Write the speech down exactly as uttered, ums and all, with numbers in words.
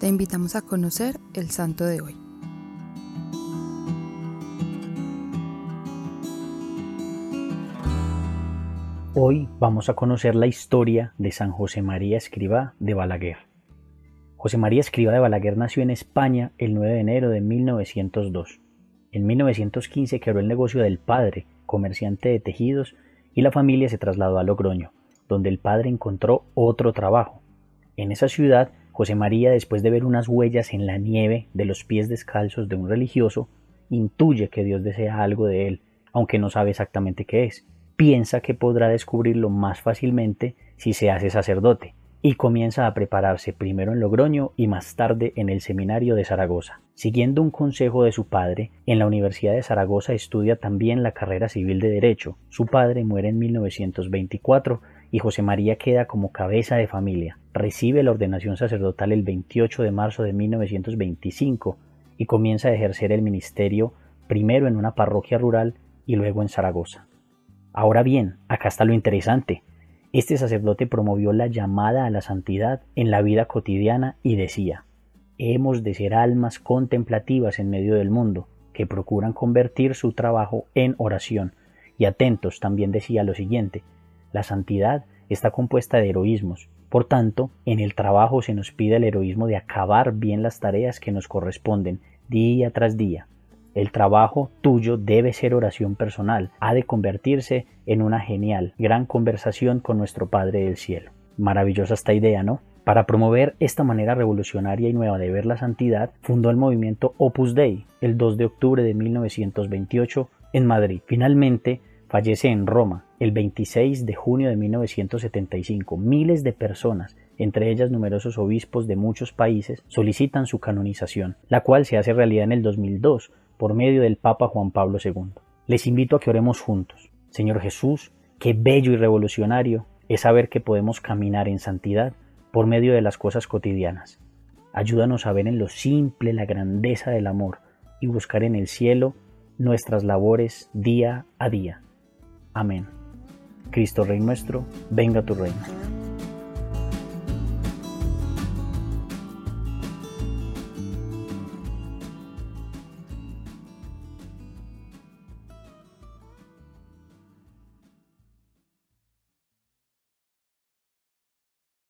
Te invitamos a conocer el santo de hoy. Hoy vamos a conocer la historia de San José María Escrivá de Balaguer. José María Escrivá de Balaguer nació en España el nueve de enero de mil novecientos dos. En mil novecientos quince quebró el negocio del padre, comerciante de tejidos, y la familia se trasladó a Logroño, donde el padre encontró otro trabajo. En esa ciudad, José María, después de ver unas huellas en la nieve de los pies descalzos de un religioso, intuye que Dios desea algo de él, aunque no sabe exactamente qué es. Piensa que podrá descubrirlo más fácilmente si se hace sacerdote, y comienza a prepararse primero en Logroño y más tarde en el seminario de Zaragoza. Siguiendo un consejo de su padre, en la Universidad de Zaragoza estudia también la carrera civil de Derecho. Su padre muere en mil novecientos veinticuatro y José María queda como cabeza de familia. Recibe la ordenación sacerdotal el veintiocho de marzo de mil novecientos veinticinco y comienza a ejercer el ministerio primero en una parroquia rural y luego en Zaragoza. Ahora bien, acá está lo interesante. Este sacerdote promovió la llamada a la santidad en la vida cotidiana y decía: hemos de ser almas contemplativas en medio del mundo, que procuran convertir su trabajo en oración. Y atentos, también decía lo siguiente: la santidad está compuesta de heroísmos. Por tanto, en el trabajo se nos pide el heroísmo de acabar bien las tareas que nos corresponden día tras día. El trabajo tuyo debe ser oración personal, ha de convertirse en una genial, gran conversación con nuestro Padre del Cielo. Maravillosa esta idea, ¿no? Para promover esta manera revolucionaria y nueva de ver la santidad, fundó el movimiento Opus Dei el dos de octubre de mil novecientos veintiocho en Madrid. Finalmente, fallece en Roma el veintiséis de junio de mil novecientos setenta y cinco. Miles de personas, entre ellas numerosos obispos de muchos países, solicitan su canonización, la cual se hace realidad en el dos mil dos por medio del Papa Juan Pablo segundo. Les invito a que oremos juntos. Señor Jesús, qué bello y revolucionario es saber que podemos caminar en santidad por medio de las cosas cotidianas. Ayúdanos a ver en lo simple la grandeza del amor y buscar en el cielo nuestras labores día a día. Amén. Cristo Rey nuestro, venga tu reino.